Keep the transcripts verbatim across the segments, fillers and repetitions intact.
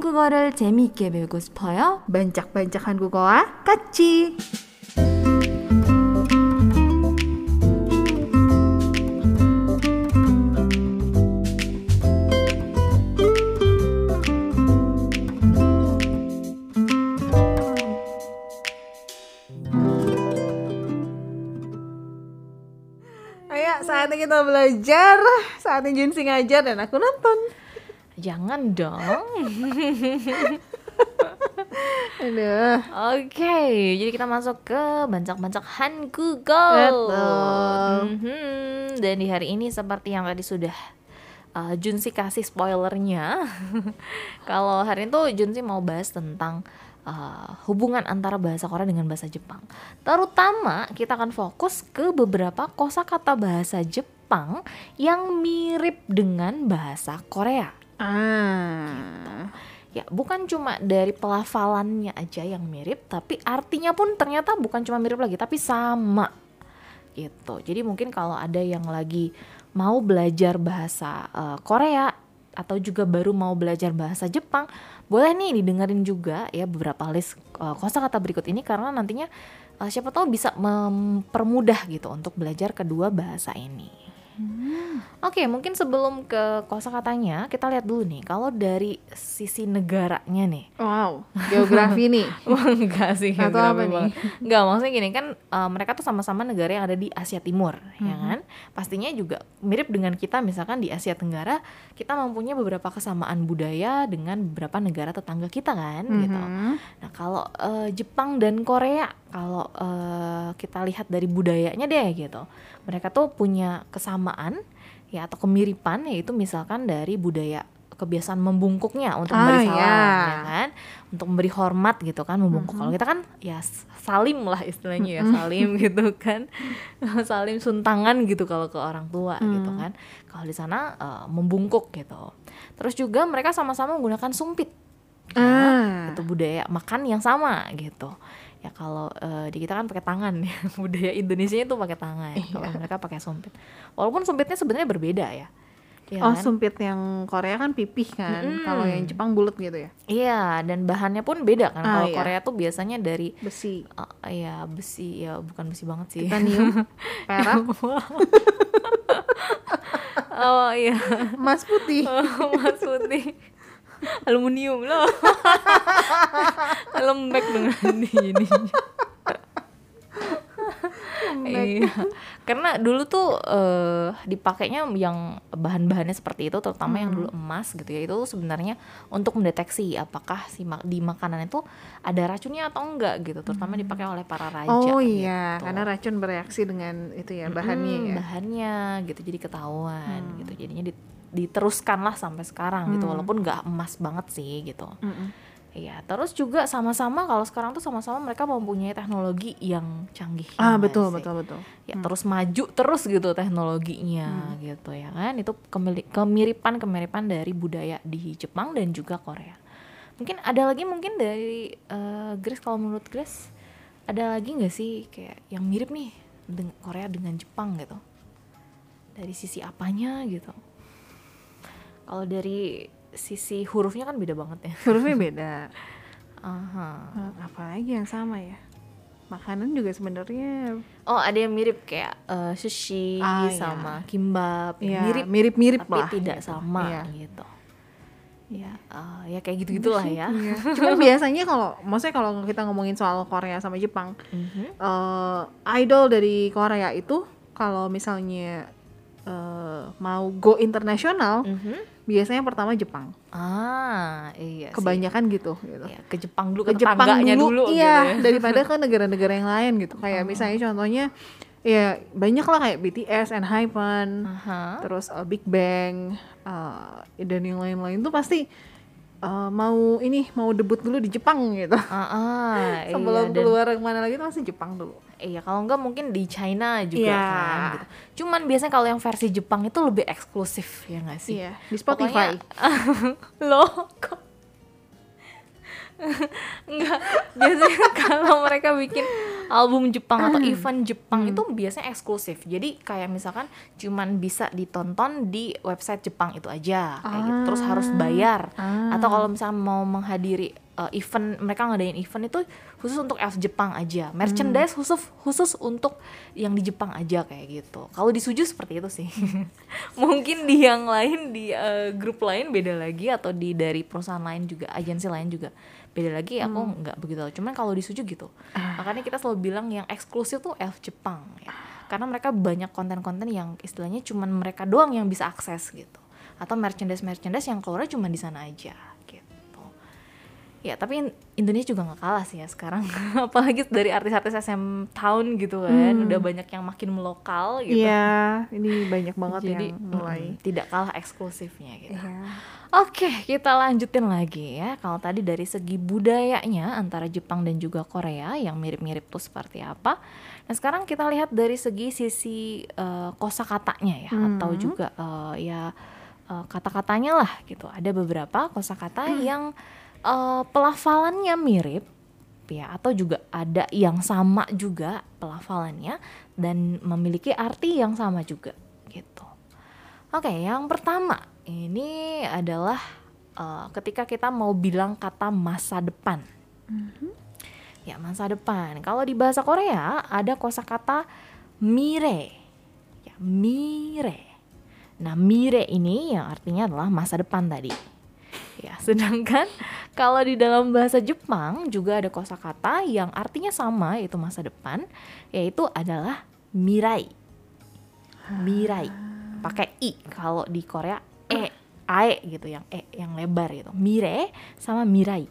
한국어를 재미있게 배우고 싶어요? 반짝반짝 한국어와 같이! Ayo, saatnya kita belajar. Saatnya Junsi ngajar dan aku nonton. Jangan dong. Aduh. Oke, jadi kita masuk ke bancak-bancak 한국어. Betul. Mhm. Dan di hari ini seperti yang tadi sudah uh, Junsi kasih spoilernya. Kalau hari ini tuh Junsi mau bahas tentang uh, hubungan antara bahasa Korea dengan bahasa Jepang. Terutama kita akan fokus ke beberapa kosakata bahasa Jepang yang mirip dengan bahasa Korea. Ah. Ya, bukan cuma dari pelafalannya aja yang mirip, tapi artinya pun ternyata bukan cuma mirip lagi, tapi sama gitu. Jadi mungkin kalau ada yang lagi mau belajar bahasa uh, Korea atau juga baru mau belajar bahasa Jepang, boleh nih didengerin juga ya beberapa list uh, kosakata berikut ini, karena nantinya uh, siapa tahu bisa mempermudah gitu untuk belajar kedua bahasa ini. Hmm. Oke, mungkin sebelum ke kosakatanya kita lihat dulu nih kalau dari sisi negaranya nih. Wow, geografi nih. Enggak sih, atau apa nih? Enggak, maksudnya gini kan, uh, mereka tuh sama-sama negara yang ada di Asia Timur, hmm. ya kan? Pastinya juga mirip dengan kita, misalkan di Asia Tenggara kita mempunyai beberapa kesamaan budaya dengan beberapa negara tetangga kita kan, hmm. gitu. Nah, kalau uh, Jepang dan Korea, kalau uh, kita lihat dari budayanya deh gitu, mereka tuh punya kesamaan ya atau kemiripan, yaitu misalkan dari budaya kebiasaan membungkuknya untuk ah, memberi salam, ya. ya kan, untuk memberi hormat gitu kan, membungkuk. Mm-hmm. Kalau kita kan ya salim lah istilahnya ya, salim gitu kan, salim suntangan gitu kalau ke orang tua mm. gitu kan. Kalau di sana uh, membungkuk gitu. Terus juga mereka sama-sama menggunakan sumpit, ya, ah. itu budaya makan yang sama gitu. Ya kalau uh, di kita kan pakai tangan ya, budaya Indonesia itu pakai tangan. Iya. Kalau mereka pakai sumpit. Walaupun sumpitnya sebenarnya berbeda ya. Ya oh, kan? Sumpit yang Korea kan pipih kan. Mm. Kalau yang Jepang bulat gitu ya. Iya, dan bahannya pun beda kan. Ah, kalau iya. Korea tuh biasanya dari besi. Uh, ya besi, ya bukan besi banget sih. Titanium, perak. Oh iya. Emas putih. Oh, emas putih. Aluminium loh. Lembek dengan ini. Iya. Karena dulu tuh uh, dipakainya yang bahan-bahannya seperti itu, terutama hmm. yang dulu emas gitu ya. Itu sebenarnya untuk mendeteksi apakah si ma- di makanan itu ada racunnya atau enggak gitu, terutama hmm. dipakai oleh para raja. Oh iya, gitu. karena racun bereaksi dengan itu ya bahannya hmm, ya. Bahannya gitu, jadi ketahuan hmm. gitu. Jadinya di diteruskan lah sampai sekarang hmm. gitu, walaupun nggak emas banget sih gitu. Iya, terus juga sama-sama kalau sekarang tuh sama-sama mereka mempunyai teknologi yang canggih. Ah betul sih? betul betul. Ya hmm. terus maju terus gitu teknologinya hmm. gitu ya kan. Itu kemiripan kemiripan dari budaya di Jepang dan juga Korea. Mungkin ada lagi mungkin dari uh, Grace, kalau menurut Grace ada lagi nggak sih kayak yang mirip nih dengan Korea dengan Jepang gitu? Dari sisi apanya gitu? Kalau dari sisi hurufnya kan beda banget ya. Hurufnya beda. Aha. Apalagi yang sama ya? Makanan juga sebenarnya. Oh, ada yang mirip kayak uh, sushi ah, sama iya. kimbap. Ya, mirip, mirip-mirip tapi lah. Tapi tidak gitu. sama iya. gitu. Ya, uh, ya kayak gitu-gitulah ya. Iya. Cuman biasanya kalau, maksudnya kalau kita ngomongin soal Korea sama Jepang, mm-hmm. uh, idol dari Korea itu kalau misalnya uh, mau go internasional. Mm-hmm. Biasanya pertama Jepang. Ah, iya. Kebanyakan sih. gitu, gitu. Ya, ke Jepang dulu, ke, ke Jepang dulu, dulu iya, gitu ya. daripada ke negara-negara yang lain gitu. Kayak uh. misalnya contohnya, ya banyak lah kayak B T S, ENHYPEN, uh-huh. terus uh, Big Bang, uh, dan yang lain-lain tuh pasti uh, mau ini mau debut dulu di Jepang gitu. Uh-uh, sebelum iya, keluar kemana lagi tuh pasti Jepang dulu. Iya, kalau enggak mungkin di China juga yeah. kan gitu. Cuman biasanya kalau yang versi Jepang itu lebih eksklusif ya nggak sih? Iya, di Spotify. Pokoknya, loh kok enggak, biasanya kalau mereka bikin album Jepang atau event Jepang itu biasanya eksklusif. Jadi kayak misalkan cuman bisa ditonton di website Jepang itu aja kayak gitu. Terus harus bayar. Atau kalau misalnya mau menghadiri uh, event, mereka ngadain event itu khusus untuk Elf Jepang aja. Merchandise khusus khusus untuk yang di Jepang aja kayak gitu. Kalau di Suju seperti itu sih. Mungkin di yang lain, di uh, grup lain beda lagi, atau di dari perusahaan lain juga, agensi lain juga beda lagi. Aku hmm. nggak begitu tahu. Cuman kalau di Suju gitu. Ah. Makanya kita selalu bilang yang eksklusif tuh Elf Jepang ya. Karena mereka banyak konten-konten yang istilahnya cuman mereka doang yang bisa akses gitu. Atau merchandise-merchandise yang keluar cuma di sana aja. Ya tapi Indonesia juga gak kalah sih ya sekarang. Apalagi dari artis-artis S M Town gitu kan, hmm. udah banyak yang makin melokal gitu. Iya, ini banyak banget. Jadi, yang mm, mulai tidak kalah eksklusifnya gitu. Yeah. Oke, kita lanjutin lagi ya. Kalau tadi dari segi budayanya antara Jepang dan juga Korea yang mirip-mirip tuh seperti apa. Nah sekarang kita lihat dari segi sisi uh, kosakatanya ya, hmm. atau juga uh, ya uh, kata-katanya lah gitu. Ada beberapa kosakata hmm. yang Uh, pelafalannya mirip ya, atau juga ada yang sama juga pelafalannya dan memiliki arti yang sama juga gitu. Oke, yang pertama ini adalah uh, ketika kita mau bilang kata masa depan. Mm-hmm. Ya, masa depan. Kalau di bahasa Korea ada kosakata mire. Ya, mire. Nah, mire ini yang artinya adalah masa depan tadi. Ya, sedangkan kalau di dalam bahasa Jepang juga ada kosakata yang artinya sama, yaitu masa depan, yaitu adalah mirai. Mirai. Pakai i. Kalau di Korea e, ae gitu, yang e yang lebar gitu. Mire sama mirai.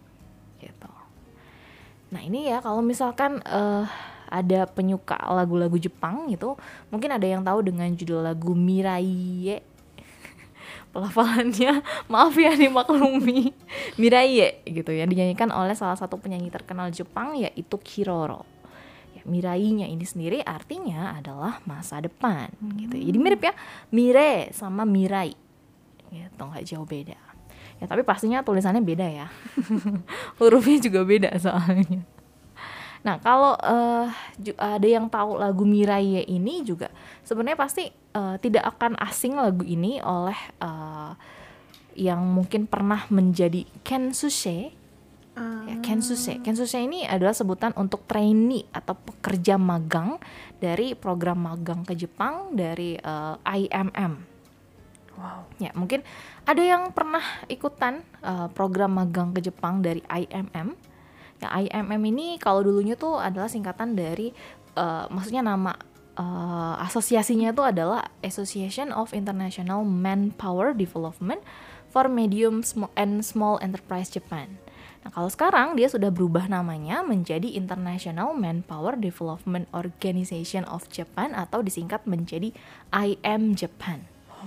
Gitu. Nah, ini ya kalau misalkan uh, ada penyuka lagu-lagu Jepang gitu, mungkin ada yang tahu dengan judul lagu Mirai. Pelafalannya maaf ya dimaklumi, Mirai gitu ya, dinyanyikan oleh salah satu penyanyi terkenal Jepang yaitu Kiroro. Ya, Mirainya ini sendiri artinya adalah masa depan hmm. gitu. Jadi mirip ya, mire sama mirai. Gitu, nggak jauh beda. Ya tapi pastinya tulisannya beda ya. Hurufnya juga beda soalnya. Nah kalau uh, ada yang tahu lagu Mirai ini juga sebenarnya pasti uh, tidak akan asing lagu ini oleh uh, yang mungkin pernah menjadi Kensuse. Uh. Ya, Kensuse. Kensuse ini adalah sebutan untuk trainee atau pekerja magang dari program magang ke Jepang dari uh, I M M. Wow. Ya mungkin ada yang pernah ikutan uh, program magang ke Jepang dari I M M. Ya, I M M ini kalau dulunya tuh adalah singkatan dari uh, maksudnya nama uh, asosiasinya itu adalah Association of International Manpower Development for Medium and Small Enterprise Japan. Nah, kalau sekarang dia sudah berubah namanya menjadi International Manpower Development Organization of Japan atau disingkat menjadi I M Japan.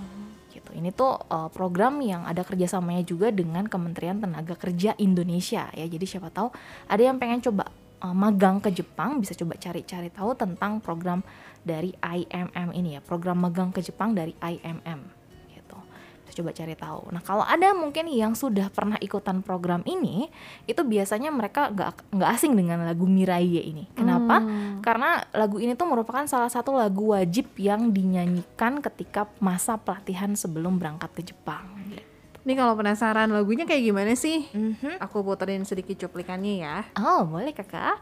Ini tuh uh, program yang ada kerjasamanya juga dengan Kementerian Tenaga Kerja Indonesia ya. Jadi siapa tahu ada yang pengen coba uh, magang ke Jepang, bisa coba cari-cari tahu tentang program dari I M M ini ya, program magang ke Jepang dari I M M gitu. Bisa coba cari tahu. Nah kalau ada mungkin yang sudah pernah ikutan program ini, itu biasanya mereka nggak nggak asing dengan lagu Mirai ini. Kenapa? Hmm. Karena lagu ini tuh merupakan salah satu lagu wajib yang dinyanyikan ketika masa pelatihan sebelum berangkat ke Jepang. Ini kalau penasaran lagunya kayak gimana sih? Mm-hmm. Aku puterin sedikit cuplikannya ya. Oh boleh kakak.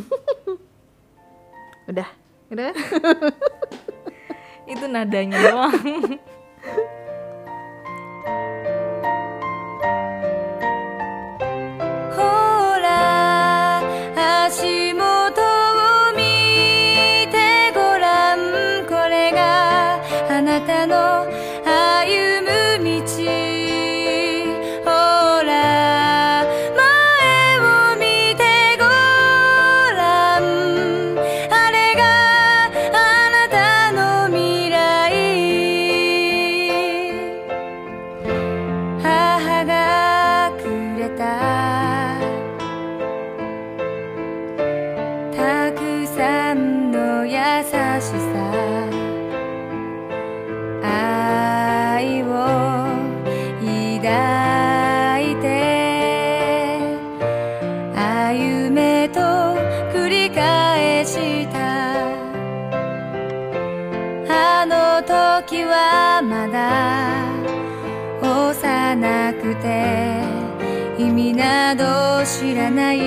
Udah, udah. Itu nadanya doang. 時はまだ幼くて意味など知らない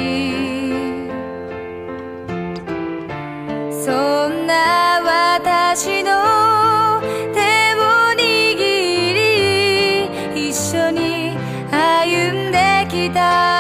そんな私の手を握り一緒に歩んできた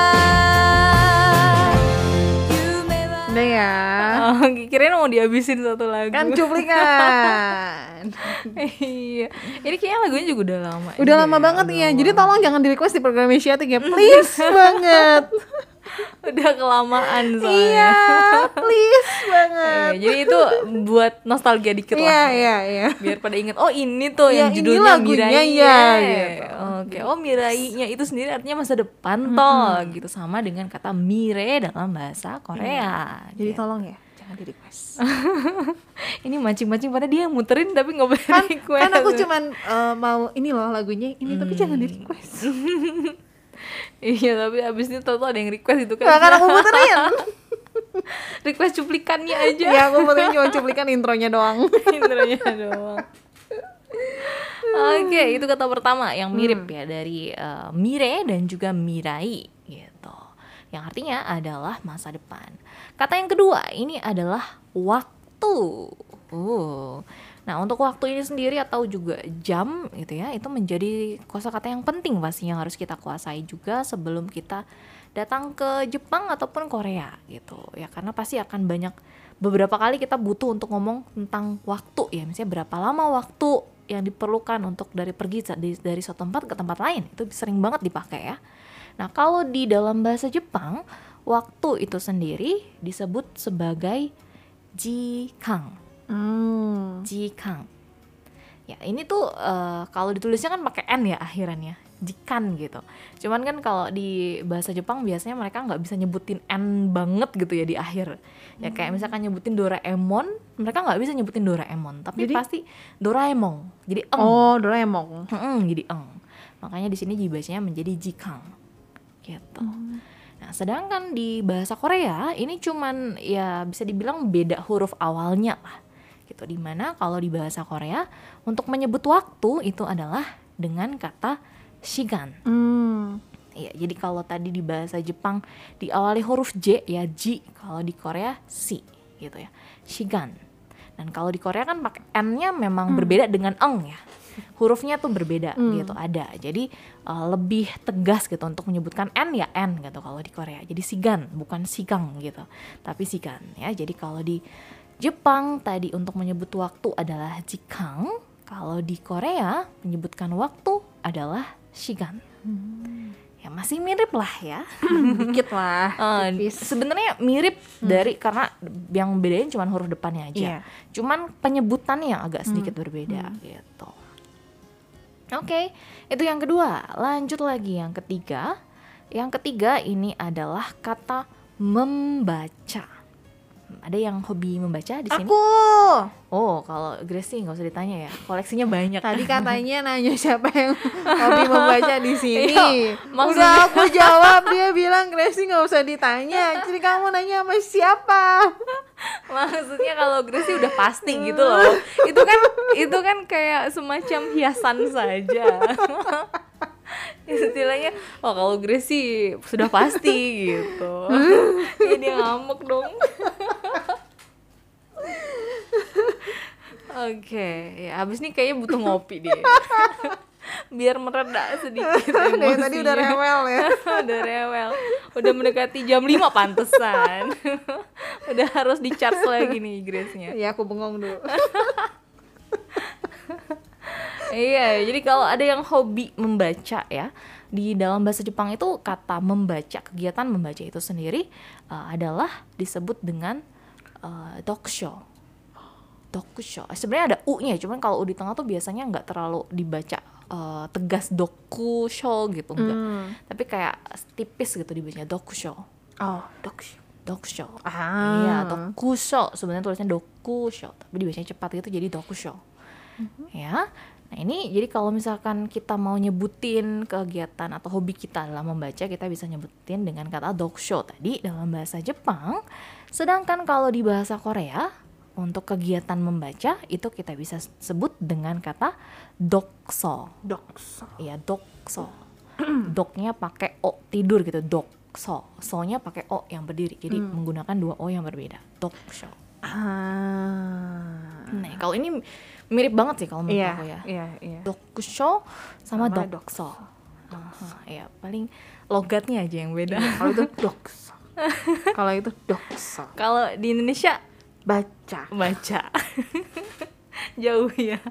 Udah ya. Oh, kirain mau dihabisin satu lagu. Kan cuplikan. Iya. Ini kayaknya lagunya juga udah lama. Udah lama ya, banget udah ya. lama. Jadi tolong jangan di-request di program Asiatic ya. Please banget. Udah kelamaan soalnya. Iya, please banget. Iya, jadi itu buat nostalgia dikit Iya, lah. iya, iya. Biar pada inget, oh ini tuh Iya, yang ini judulnya lagunya, Mirai. ya, gitu. Oke, oh Mirai-nya itu sendiri artinya masa depan toh, gitu sama dengan kata mire dalam bahasa Korea. Jadi Gitu. tolong ya, jangan di-request. Ini mancing-mancing pada dia yang muterin tapi nggak boleh Kan, request. kan aku cuman uh, mau ini loh lagunya ini tapi jangan di-request. Iya, tapi abis itu tau ada yang request itu kan. Nah, kan aku muterin. Request cuplikannya aja. Ya aku muterin cuma cuplikan intronya doang. Intronya doang. Oke, itu kata pertama yang mirip ya dari uh, mire dan juga mirai gitu. Yang artinya adalah masa depan. Kata yang kedua ini adalah waktu. Uh. Nah, untuk waktu ini sendiri atau juga jam gitu ya, itu menjadi kosakata yang penting pastinya harus kita kuasai juga sebelum kita datang ke Jepang ataupun Korea gitu. Ya karena pasti akan banyak beberapa kali kita butuh untuk ngomong tentang waktu ya, misalnya berapa lama waktu yang diperlukan untuk dari pergi dari, dari suatu tempat ke tempat lain. Itu sering banget dipakai ya. Nah, kalau di dalam bahasa Jepang, waktu itu sendiri disebut sebagai jikang. Hmm. Jikang. Ya, ini tuh uh, kalau ditulisnya kan pakai n ya akhirannya, jikan gitu. Cuman kan kalau di bahasa Jepang biasanya mereka nggak bisa nyebutin n banget gitu ya di akhir. Ya kayak misalkan nyebutin Doraemon, mereka nggak bisa nyebutin Doraemon, tapi Jadi? pasti Doraemon. Jadi eng. Oh, Doraemon. Mm-mm, jadi eng. Makanya di sini dibacanya menjadi jikang. Gitu. Nah, sedangkan di bahasa Korea ini cuman ya bisa dibilang beda huruf awalnya lah. Gitu, dimana kalau di bahasa Korea untuk menyebut waktu itu adalah dengan kata shigan. Hmm. Iya, jadi kalau tadi di bahasa Jepang diawali huruf J ya ji, kalau di Korea si gitu ya, shigan. Dan kalau di Korea kan pakai n-nya memang hmm. berbeda dengan eng ya. Hurufnya tuh berbeda hmm. gitu ada. Jadi uh, lebih tegas gitu untuk menyebutkan n ya n gitu kalau di Korea. Jadi sigan bukan sigang gitu, tapi sigan ya. Jadi kalau di Jepang tadi untuk menyebut waktu adalah jikang, kalau di Korea menyebutkan waktu adalah shigan. Hmm. Ya masih mirip lah ya, Dikit lah. uh, sebenarnya mirip hmm. dari karena yang bedain cuma huruf depannya aja. Yeah. Cuman penyebutannya yang agak sedikit hmm. berbeda hmm. gitu. Oke, okay, itu yang kedua. Lanjut lagi yang ketiga. Yang ketiga ini adalah kata membaca. Ada yang hobi membaca di sini? Aku. Oh, kalau Gracie nggak usah ditanya ya. Koleksinya banyak. Tadi katanya nanya siapa yang hobi membaca di sini. Iya, udah aku jawab, dia bilang Gracie nggak usah ditanya. Jadi kamu nanya sama siapa? Maksudnya kalau Gracie udah pasti gitu loh. Itu kan itu kan kayak semacam hiasan saja. Istilahnya, oh kalau Gracie sudah pasti gitu. Ya dia ngamuk dong. Oke, okay. Ya habis ini kayaknya butuh ngopi deh. Biar mereda sedikit emosinya. Dari tadi udah rewel ya. Udah rewel. Udah mendekati jam lima pantesan. Udah harus di-charge lagi nih Grace-nya. Ya aku bengong dulu. Iya, jadi kalau ada yang hobi membaca ya, di dalam bahasa Jepang itu kata membaca, kegiatan membaca itu sendiri uh, adalah disebut dengan uh, dokusho. Dokusho. Sebenarnya ada u-nya, cuman kalau u di tengah tuh biasanya nggak terlalu dibaca uh, tegas dokusho gitu, enggak. Hmm. Tapi kayak tipis gitu dibacanya dokusho. Oh, dokusho. Dokusho. Ah. Iya, dokusho. Sebenarnya tulisnya dokusho, tapi dibacanya cepat gitu jadi dokusho. Mm-hmm. Ya. Nah ini jadi kalau misalkan kita mau nyebutin kegiatan atau hobi kita dalam membaca, kita bisa nyebutin dengan kata dokusho tadi dalam bahasa Jepang. Sedangkan kalau di bahasa Korea, Untuk kegiatan membaca itu kita bisa sebut dengan kata dokso. Dokso. Iya, dokso. Doknya pakai o, tidur gitu, dokso. So-nya pakai o yang berdiri. Jadi hmm. menggunakan dua o yang berbeda. Dokso. Ah. Nah, kalau ini mirip banget sih kalau menurut iya, aku ya. Iya, iya. Dokso sama, sama dokso. dokso. Uh, ya, paling logatnya aja yang beda. Iya, kalau itu dokso. Kalau itu dokso. Kalau di Indonesia baca. Baca. Jauh ya.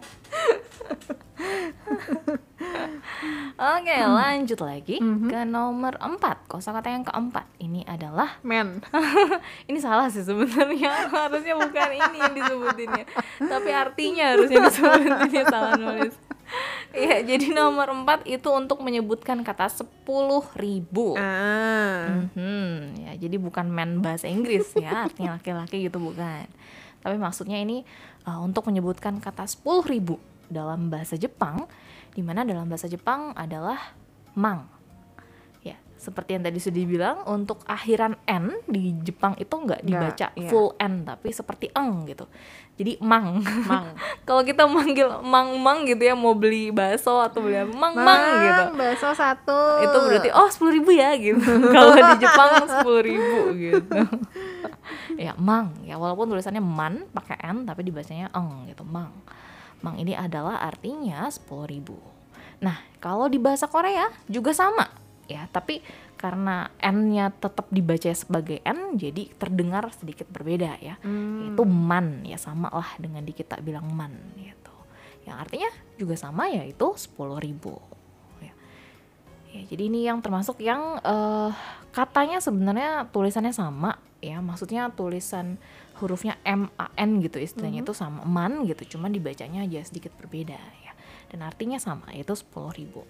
Oke, lanjut lagi mm-hmm. ke nomor empat. Kosakata yang keempat ini adalah men. Ini salah sih sebenarnya. Harusnya bukan ini yang disebutinnya, tapi artinya harusnya disebutinnya, salah nulis. Ya, jadi nomor empat itu untuk menyebutkan kata sepuluh ribu. Ah. Mm-hmm. Ya, jadi bukan men bahasa Inggris ya, artinya laki-laki gitu bukan. Tapi maksudnya ini uh, untuk menyebutkan kata sepuluh ribu dalam bahasa Jepang, di mana dalam bahasa Jepang adalah mang. Ya, seperti yang tadi sudah dibilang, untuk akhiran n di Jepang itu nggak dibaca nggak, iya. full n, tapi seperti eng gitu. Jadi mang. Mang. Kalau kita manggil mang-mang gitu ya, mau beli bakso atau beli mang-mang gitu. Bakso satu. Itu berarti oh sepuluh ribu ya gitu. Kalau di Jepang sepuluh ribu gitu. Ya, mang. Ya, walaupun tulisannya man pakai n tapi dibacanya eng gitu, mang. Mang ini adalah artinya sepuluh ribu. Nah, kalau di bahasa Korea juga sama ya, tapi karena n-nya tetap dibaca sebagai n, jadi terdengar sedikit berbeda ya. Hmm. Itu man, ya sama lah dengan di kita bilang man gitu. Yang artinya juga sama, yaitu sepuluh ribu. Ya. Ya, jadi ini yang termasuk yang uh, katanya sebenarnya tulisannya sama ya, maksudnya tulisan hurufnya M A N gitu istilahnya, mm-hmm. itu sama man gitu, cuman dibacanya aja sedikit berbeda ya. Dan artinya sama, yaitu sepuluh ribu.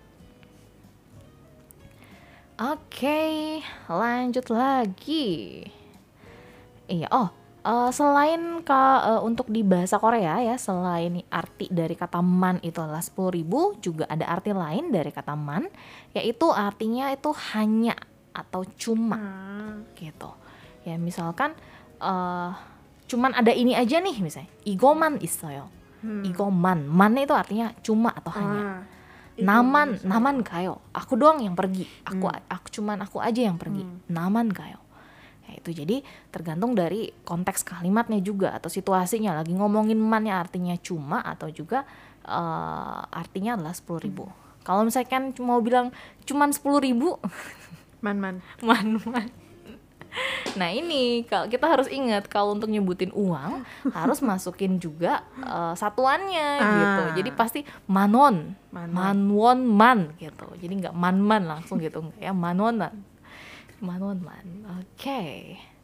Oke, lanjut lagi. Iya, oh, uh, selain ke, uh, untuk di bahasa Korea ya, selain arti dari kata man itu adalah sepuluh ribu, juga ada arti lain dari kata man, yaitu artinya itu hanya atau cuma, hmm. gitu. Ya, misalkan uh, cuman ada ini aja nih, misalnya igoman isoyo. Hmm. Igoman, man itu artinya cuma atau hanya. Ah. Naman, naman kayo. Aku doang yang pergi. Aku, hmm. aku cuman aku aja yang pergi. Hmm. Naman kayo. Ya, itu jadi tergantung dari konteks kalimatnya juga atau situasinya. Lagi ngomongin man ya artinya cuma atau juga uh, artinya adalah sepuluh ribu. Hmm. Kalau misalkan mau bilang cuman sepuluh ribu, man man, man man. Nah ini kalau kita harus ingat kalau untuk nyebutin uang harus masukin juga uh, satuannya ah. gitu. Jadi pasti manon, manwon man gitu. Jadi nggak man-man langsung gitu, nggak ya, manonan, manon man. Oke. Okay.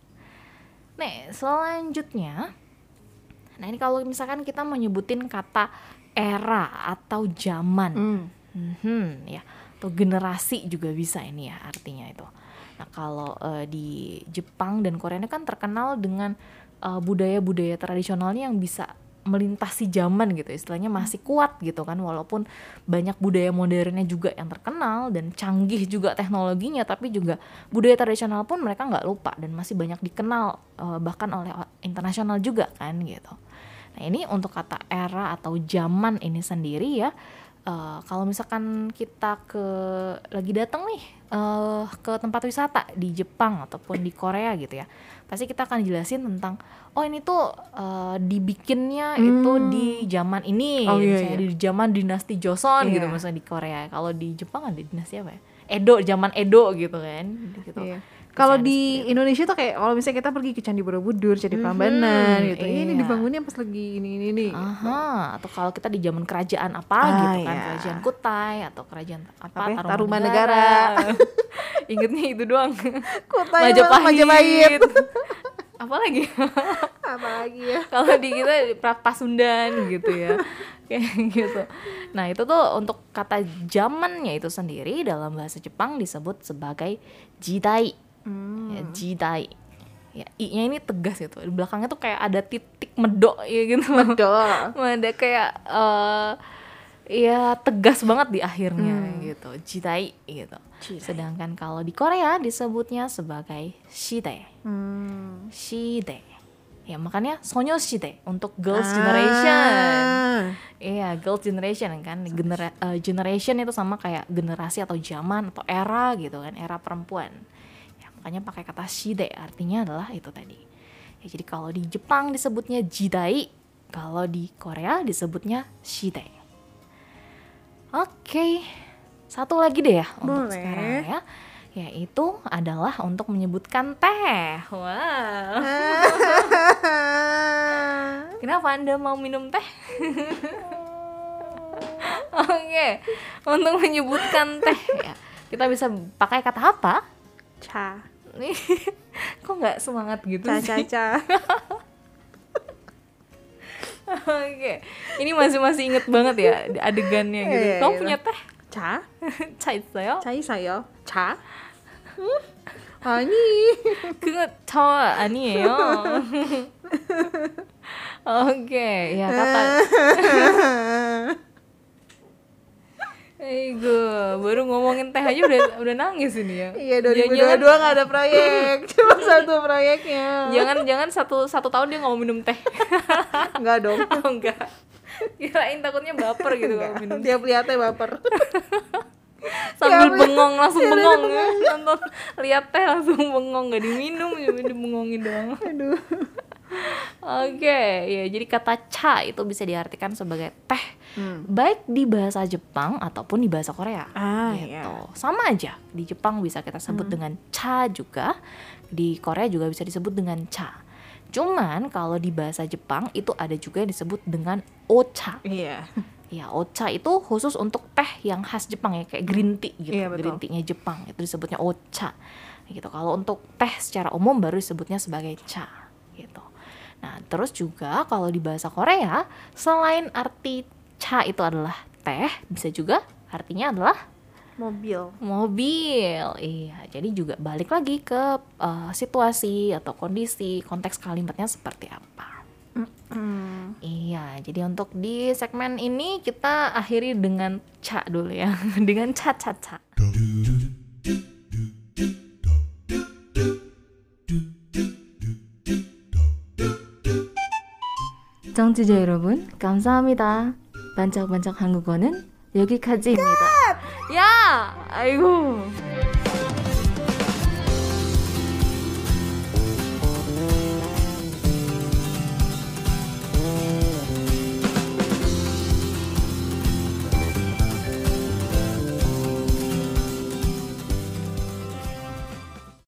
Nih selanjutnya, nah ini kalau misalkan kita menyebutin kata era atau zaman, mm. mm-hmm, ya, atau generasi juga bisa ini ya artinya itu. Nah kalau uh, di Jepang dan Korea ini kan terkenal dengan uh, budaya-budaya tradisionalnya yang bisa melintasi zaman gitu, istilahnya masih kuat gitu kan, walaupun banyak budaya modernnya juga yang terkenal dan canggih juga teknologinya, tapi juga budaya tradisional pun mereka nggak lupa dan masih banyak dikenal uh, bahkan oleh internasional juga kan gitu. Nah ini untuk kata era atau zaman ini sendiri ya. Uh, kalau misalkan kita ke lagi datang nih uh, ke tempat wisata di Jepang ataupun di Korea gitu ya, pasti kita akan jelasin tentang oh ini tuh uh, dibikinnya hmm. itu di zaman ini, oh, iya, misalnya iya. di zaman dinasti Joseon iya. gitu misalnya di Korea. Kalau di Jepang ada dinasti apa ya? Edo, zaman Edo gitu kan. Gitu. Iya. Kalau di Indonesia tuh kayak kalau misalnya kita pergi ke Candi Borobudur, Candi Prambanan mm-hmm, gitu, iya. ini dibangunnya pas lagi ini ini ini. Aha, atau kalau kita di zaman kerajaan apa ah, gitu kan, iya. kerajaan Kutai atau kerajaan apa, apa Tarumanegara. Ingetnya itu doang. Kutai, Majapahit. Majapahit. Apa lagi? Apa lagi ya? Kalau di kita Pasundan gitu ya. Kayak gitu. Nah, itu tuh untuk kata zamannya itu sendiri dalam bahasa Jepang disebut sebagai jidai. Hmm. Ya, jidai. Ya, i-nya ini tegas gitu. Di belakangnya tuh kayak ada titik medok ya gitu. Medok. Ada kayak uh, ya tegas banget di akhirnya hmm. gitu. Jidai gitu. Jidai. Sedangkan kalau di Korea disebutnya sebagai shide. Hmm. Shide. Ya makanya 소녀시대 untuk girls generation. Ah. Iya, girls generation kan. Genera- uh, generation itu sama kayak generasi atau zaman atau era gitu kan, era perempuan. Ya, makanya pakai kata shide artinya adalah itu tadi. Ya, jadi kalau di Jepang disebutnya jidai, kalau di Korea disebutnya shide. Oke. Satu lagi deh ya untuk Boleh. sekarang ya. Yaitu adalah untuk menyebutkan teh. Wow. Kenapa Anda mau minum teh? Oke, untuk menyebutkan teh ya, kita bisa pakai kata apa? Cha. Kok nggak semangat gitu Cha sih? cha cha. Oke, ini masih masih inget banget ya adegannya gitu. Iya, Kamu iya. punya teh? Cha? 차 있어요? 차 있어요. 차? 아니. 그거 저 아니에요. Oke, ya kata. Eigo, baru ngomongin teh aja udah udah nangis ini ya. Iya, dua ribu dua puluh dua nggak ada proyek, cuma satu proyeknya. Jangan jangan satu satu tahun dia nggak mau minum teh. Enggak dong. Oh, enggak. Kirain takutnya baper gitu kalau minum. Dia lihat teh baper. Sambil Ya, bengong langsung ya, bengong ya. Nonton lihat teh langsung bengong, nggak diminum, cuma dibengongin doang. Aduh. Oke, ya jadi kata cha itu bisa diartikan sebagai teh, Hmm. baik di bahasa Jepang ataupun di bahasa Korea. Ah, gitu. iya. Sama aja. Di Jepang bisa kita sebut dengan cha juga, di Korea juga bisa disebut dengan cha. Cuman kalau di bahasa Jepang itu ada juga yang disebut dengan ocha. Iya. Ya, ocha itu khusus untuk teh yang khas Jepang ya, kayak green tea gitu. Iya, betul. Green tea-nya Jepang itu disebutnya ocha. Gitu. Kalau untuk teh secara umum baru disebutnya sebagai cha gitu. Nah, terus juga kalau di bahasa Korea, selain arti cha itu adalah teh, bisa juga artinya adalah Mobil. mobil. Iya, jadi juga balik lagi ke uh, situasi atau kondisi, konteks kalimatnya seperti apa. Hmm. Iya, jadi untuk di segmen ini kita akhiri dengan cha dulu ya, dengan cha cha cha. 청취자 여러분, 감사합니다. 반짝반짝 한국어는 여기까지입니다. 야, 아이고.